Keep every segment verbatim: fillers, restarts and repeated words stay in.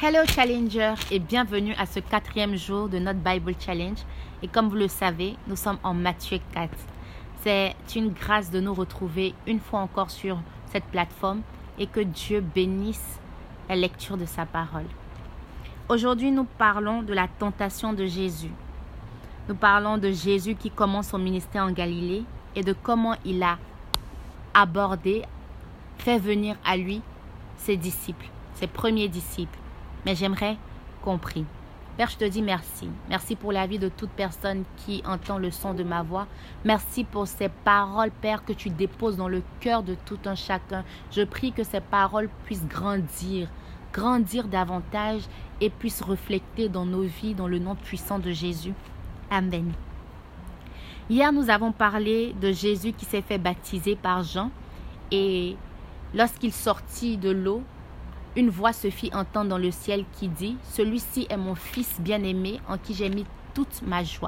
Hello Challenger et bienvenue à ce quatrième jour de notre Bible Challenge. Et comme vous le savez, nous sommes en Matthieu quatre. C'est une grâce de nous retrouver une fois encore sur cette plateforme et que Dieu bénisse la lecture de sa parole. Aujourd'hui, nous parlons de la tentation de Jésus. Nous parlons de Jésus qui commence son ministère en Galilée et de comment il a abordé, fait venir à lui ses disciples, ses premiers disciples. Mais j'aimerais qu'on prie. Père, je te dis merci. Merci pour la vie de toute personne qui entend le son de ma voix. Merci pour ces paroles, Père, que tu déposes dans le cœur de tout un chacun. Je prie que ces paroles puissent grandir, grandir davantage et puissent refléter dans nos vies, dans le nom puissant de Jésus. Amen. Hier, nous avons parlé de Jésus qui s'est fait baptiser par Jean et lorsqu'il sortit de l'eau, une voix se fit entendre dans le ciel qui dit « Celui-ci est mon fils bien-aimé en qui j'ai mis toute ma joie. »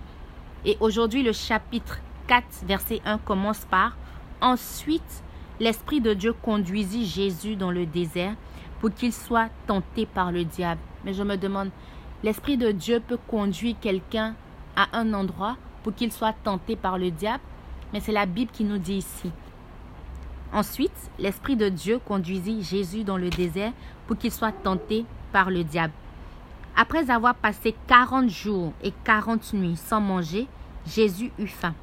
Et aujourd'hui, le chapitre quatre, verset un commence par « Ensuite, l'Esprit de Dieu conduisit Jésus dans le désert pour qu'il soit tenté par le diable. » Mais je me demande, l'Esprit de Dieu peut conduire quelqu'un à un endroit pour qu'il soit tenté par le diable? Mais c'est la Bible qui nous dit ici. Ensuite, l'Esprit de Dieu conduisit Jésus dans le désert pour qu'il soit tenté par le diable. Après avoir passé quarante jours et quarante nuits sans manger, Jésus eut faim.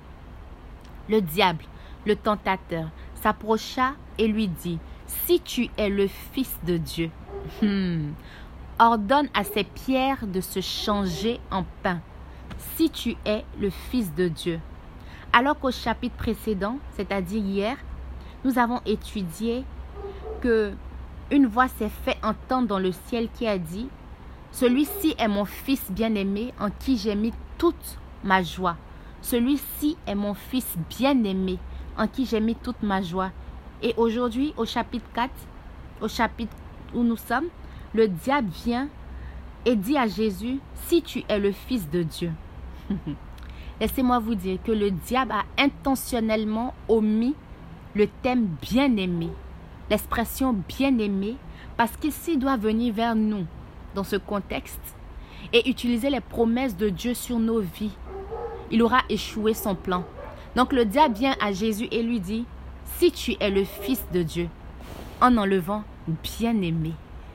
Le diable, le tentateur, s'approcha et lui dit « Si tu es le Fils de Dieu, hmm, ordonne à ces pierres de se changer en pain. Si tu es le Fils de Dieu. » Alors qu'au chapitre précédent, c'est-à-dire hier, nous avons étudié que une voix s'est fait entendre dans le ciel qui a dit « Celui-ci est mon fils bien-aimé en qui j'ai mis toute ma joie. Celui-ci est mon fils bien-aimé en qui j'ai mis toute ma joie. » Et aujourd'hui, au chapitre quatre, au chapitre où nous sommes, le diable vient et dit à Jésus « Si tu es le Fils de Dieu. » Laissez-moi vous dire que le diable a intentionnellement omis le thème bien-aimé, l'expression bien-aimé, parce qu'il doit venir vers nous dans ce contexte et utiliser les promesses de Dieu sur nos vies. Il aura échoué son plan. Donc le diable vient à Jésus et lui dit « Si tu es le Fils de Dieu », en enlevant bien-aimé.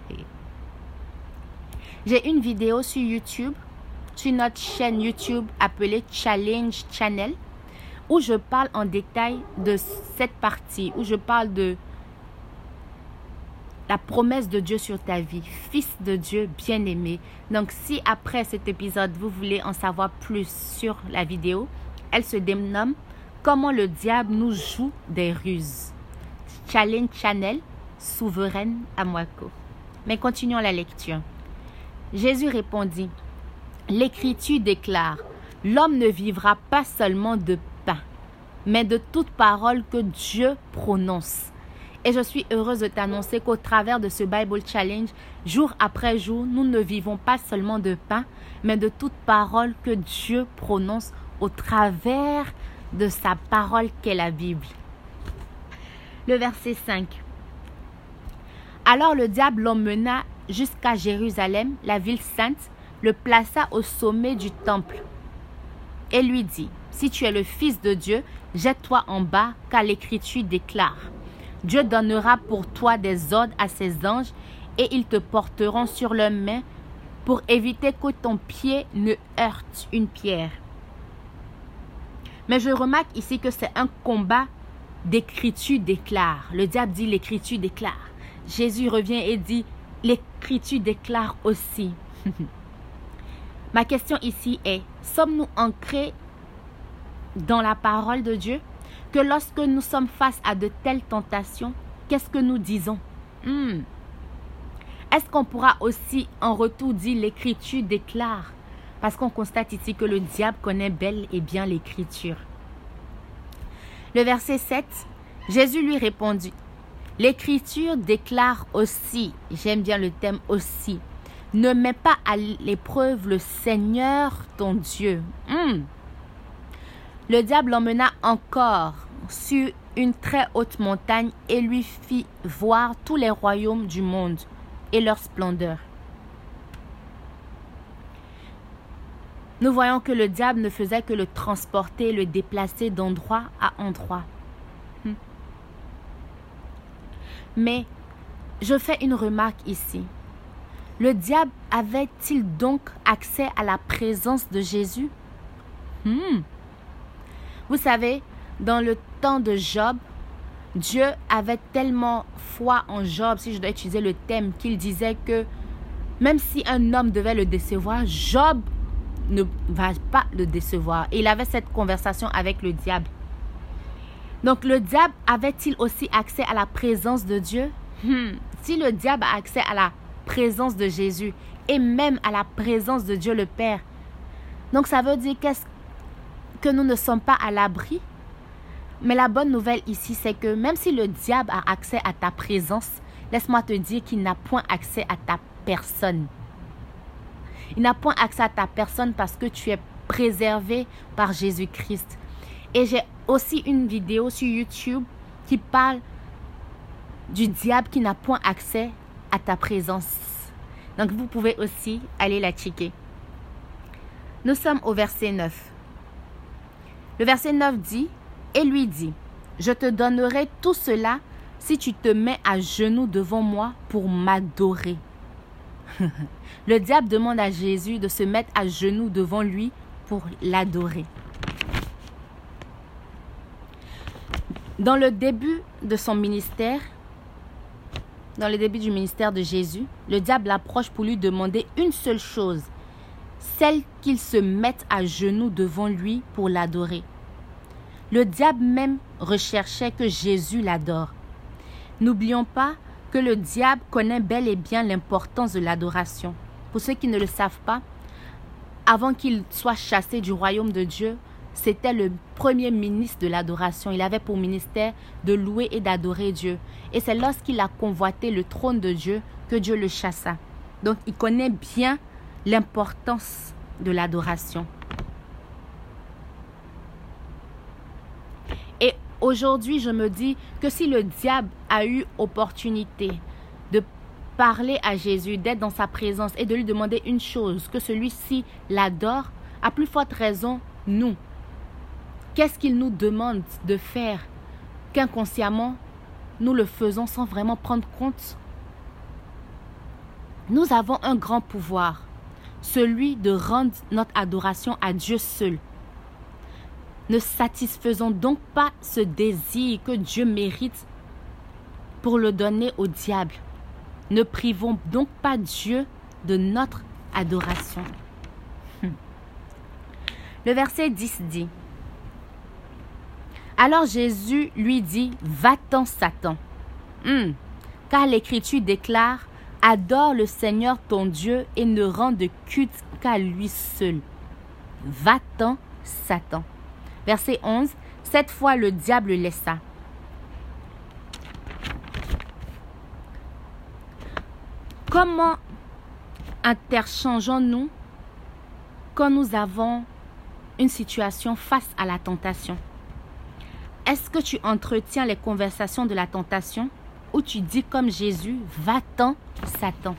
J'ai une vidéo sur YouTube, sur notre chaîne YouTube appelée Challenge Channel, où je parle en détail de cette partie, où je parle de la promesse de Dieu sur ta vie, Fils de Dieu bien-aimé. Donc, si après cet épisode, vous voulez en savoir plus sur la vidéo, elle se dénomme « Comment le diable nous joue des ruses ». Challenge Channel, souveraine à Moaco. Mais continuons la lecture. Jésus répondit « L'Écriture déclare « L'homme ne vivra pas seulement de pain, mais de toute parole que Dieu prononce. » Et je suis heureuse de t'annoncer qu'au travers de ce Bible Challenge, jour après jour, nous ne vivons pas seulement de pain, mais de toute parole que Dieu prononce au travers de sa parole qu'est la Bible. Le verset cinq. Alors le diable l'emmena jusqu'à Jérusalem, la ville sainte, le plaça au sommet du temple et lui dit « Si tu es le Fils de Dieu, jette-toi en bas, car l'Écriture déclare. Dieu donnera pour toi des ordres à ses anges, et ils te porteront sur leurs mains pour éviter que ton pied ne heurte une pierre. » Mais je remarque ici que c'est un combat d'Écriture déclare. Le diable dit l'Écriture déclare. Jésus revient et dit l'Écriture déclare aussi. Ma question ici est, sommes-nous ancrés dans la parole de Dieu? Que lorsque nous sommes face à de telles tentations, qu'est-ce que nous disons? hmm. Est-ce qu'on pourra aussi en retour dire l'Écriture déclare? Parce qu'on constate ici que le diable connaît bel et bien l'Écriture. Le verset sept, Jésus lui répondit, l'Écriture déclare aussi, j'aime bien le thème aussi, ne mets pas à l'épreuve le Seigneur ton Dieu. Hmm. Le diable l'emmena encore sur une très haute montagne et lui fit voir tous les royaumes du monde et leur splendeur. nous voyons que le diable ne faisait que le transporter, le déplacer d'endroit à endroit. Hmm. Mais je fais une remarque ici. Le diable avait-il donc accès à la présence de Jésus? Hmm. Vous savez, dans le temps de Job, Dieu avait tellement foi en Job, si je dois utiliser le thème, qu'il disait que même si un homme devait le décevoir, Job ne va pas le décevoir. Et il avait cette conversation avec le diable. Donc le diable avait-il aussi accès à la présence de Dieu? Hmm. Si le diable a accès à la présence de Jésus et même à la présence de Dieu le Père, donc ça veut dire qu'est-ce que nous ne sommes pas à l'abri? Mais la bonne nouvelle ici, c'est que même si le diable a accès à ta présence, laisse-moi te dire qu'il n'a point accès à ta personne. Il n'a point accès à ta personne parce que tu es préservé par Jésus-Christ. Et j'ai aussi une vidéo sur YouTube qui parle du diable qui n'a point accès à ta présence. Donc vous pouvez aussi aller la checker. Nous sommes au verset neuf. Le verset neuf dit: et lui dit, je te donnerai tout cela si tu te mets à genoux devant moi pour m'adorer. Le diable demande à Jésus de se mettre à genoux devant lui pour l'adorer. Dans le début de son ministère, dans le début du ministère de Jésus, le diable l'approche pour lui demander une seule chose, celle qu'il se mette à genoux devant lui pour l'adorer. Le diable même recherchait que Jésus l'adore. N'oublions pas que le diable connaît bel et bien l'importance de l'adoration. Pour ceux qui ne le savent pas, avant qu'il soit chassé du royaume de Dieu, c'était le premier ministre de l'adoration. Il avait pour ministère de louer et d'adorer Dieu. Et c'est lorsqu'il a convoité le trône de Dieu que Dieu le chassa. Donc il connaît bien l'importance de l'adoration. Et aujourd'hui, je me dis que si le diable a eu opportunité de parler à Jésus, d'être dans sa présence et de lui demander une chose, que celui-ci l'adore, à plus forte raison, nous. Qu'est-ce qu'il nous demande de faire qu'inconsciemment, nous le faisons sans vraiment prendre compte? Nous avons un grand pouvoir, celui de rendre notre adoration à Dieu seul. Ne satisfaisons donc pas ce désir que Dieu mérite pour le donner au diable. Ne privons donc pas Dieu de notre adoration. Le verset dix dit: alors Jésus lui dit, va-t'en Satan, hum, car l'Écriture déclare, adore le Seigneur ton Dieu et ne rends de culte qu'à lui seul. Va-t'en Satan. Verset onze, cette fois le diable le laissa. Comment interchangeons-nous quand nous avons une situation face à la tentation? Est-ce que tu entretiens les conversations de la tentation ou tu dis comme Jésus, va-t'en Satan?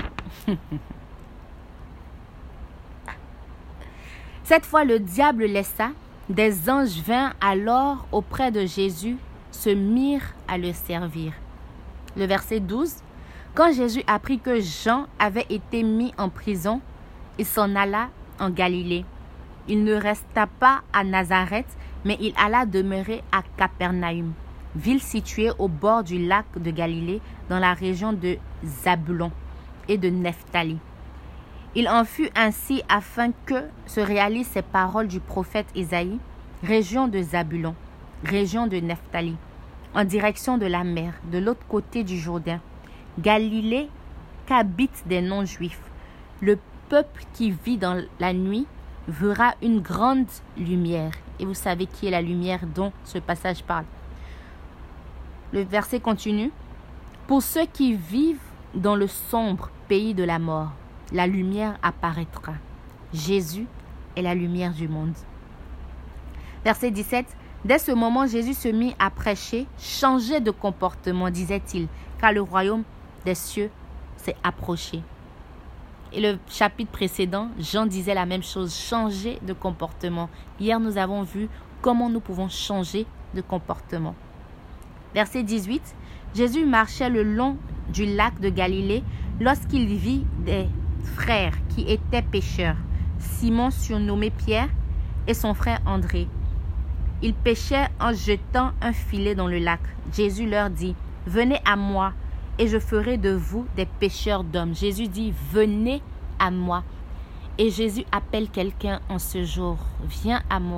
Cette fois le diable laissa. Des anges vinrent alors auprès de Jésus, se mirent à le servir. Le verset douze. Quand Jésus apprit que Jean avait été mis en prison, il s'en alla en Galilée. Il ne resta pas à Nazareth, mais il alla demeurer à Capernaüm, ville située au bord du lac de Galilée, dans la région de Zabulon et de Nephtali. Il en fut ainsi afin que se réalisent ces paroles du prophète Isaïe, région de Zabulon, région de Nephtali, en direction de la mer, de l'autre côté du Jourdain, Galilée qu'habitent des non-juifs. Le peuple qui vit dans la nuit verra une grande lumière. Et vous savez qui est la lumière dont ce passage parle. Le verset continue. Pour ceux qui vivent dans le sombre pays de la mort, la lumière apparaîtra. Jésus est la lumière du monde. Verset dix-sept. Dès ce moment, Jésus se mit à prêcher, changer de comportement, disait-il, car le royaume des cieux s'est approché. Et le chapitre précédent, Jean disait la même chose, changer de comportement. Hier, nous avons vu comment nous pouvons changer de comportement. Verset dix-huit, Jésus marchait le long du lac de Galilée lorsqu'il vit des frères qui étaient pêcheurs, Simon surnommé Pierre et son frère André. Ils pêchaient en jetant un filet dans le lac. Jésus leur dit, « Venez à moi et je ferai de vous des pêcheurs d'hommes. » Jésus dit, « Venez à moi. » Et Jésus appelle quelqu'un en ce jour, « Viens à moi. »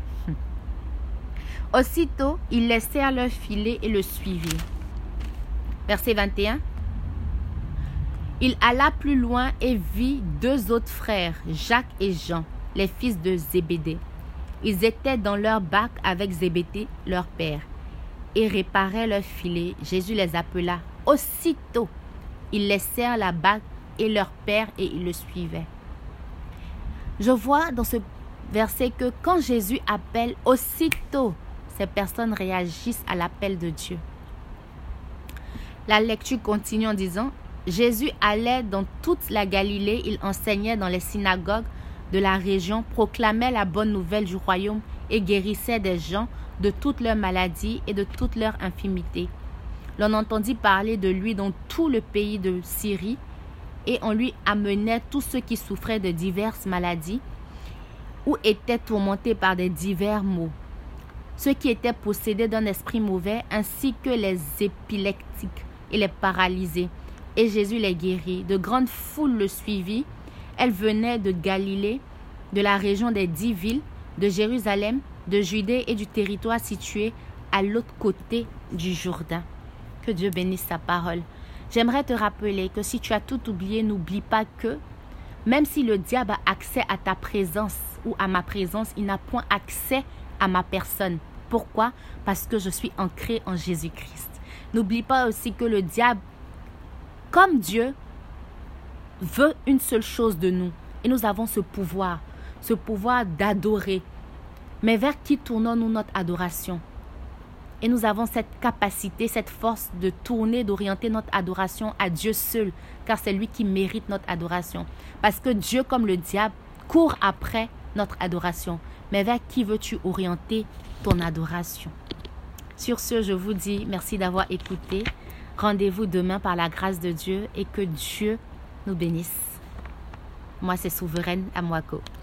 Aussitôt, ils laissèrent leur filet et le suivirent. Verset vingt et un. Il alla plus loin et vit deux autres frères, Jacques et Jean, les fils de Zébédée. Ils étaient dans leur barque avec Zébédée, leur père, et réparaient leur filet. Jésus les appela. Aussitôt, ils laissèrent la barque et leur père et ils le suivaient. Je vois dans ce verset que quand Jésus appelle, aussitôt, ces personnes réagissent à l'appel de Dieu. La lecture continue en disant, Jésus allait dans toute la Galilée, il enseignait dans les synagogues de la région, proclamait la bonne nouvelle du royaume et guérissait des gens de toutes leurs maladies et de toutes leurs infirmités. L'on entendit parler de lui dans tout le pays de Syrie et on lui amenait tous ceux qui souffraient de diverses maladies ou étaient tourmentés par des divers maux. Ceux qui étaient possédés d'un esprit mauvais ainsi que les épileptiques et les paralysés. Et Jésus les guérit. De grandes foules le suivirent. Elles venaient de Galilée, de la région des dix villes, de Jérusalem, de Judée et du territoire situé à l'autre côté du Jourdain. Que Dieu bénisse sa parole. J'aimerais te rappeler que si tu as tout oublié, n'oublie pas que même si le diable a accès à ta présence ou à ma présence, il n'a point accès à ma personne. Pourquoi? Parce que je suis ancré en Jésus-Christ. N'oublie pas aussi que le diable, comme Dieu, veut une seule chose de nous. Et nous avons ce pouvoir, ce pouvoir d'adorer. Mais vers qui tournons-nous notre adoration? Et nous avons cette capacité, cette force de tourner, d'orienter notre adoration à Dieu seul, car c'est lui qui mérite notre adoration. Parce que Dieu, comme le diable, court après notre adoration. Mais vers qui veux-tu orienter ton adoration? Sur ce, je vous dis merci d'avoir écouté. Rendez-vous demain par la grâce de Dieu et que Dieu nous bénisse. Moi, c'est Souveraine Amwako.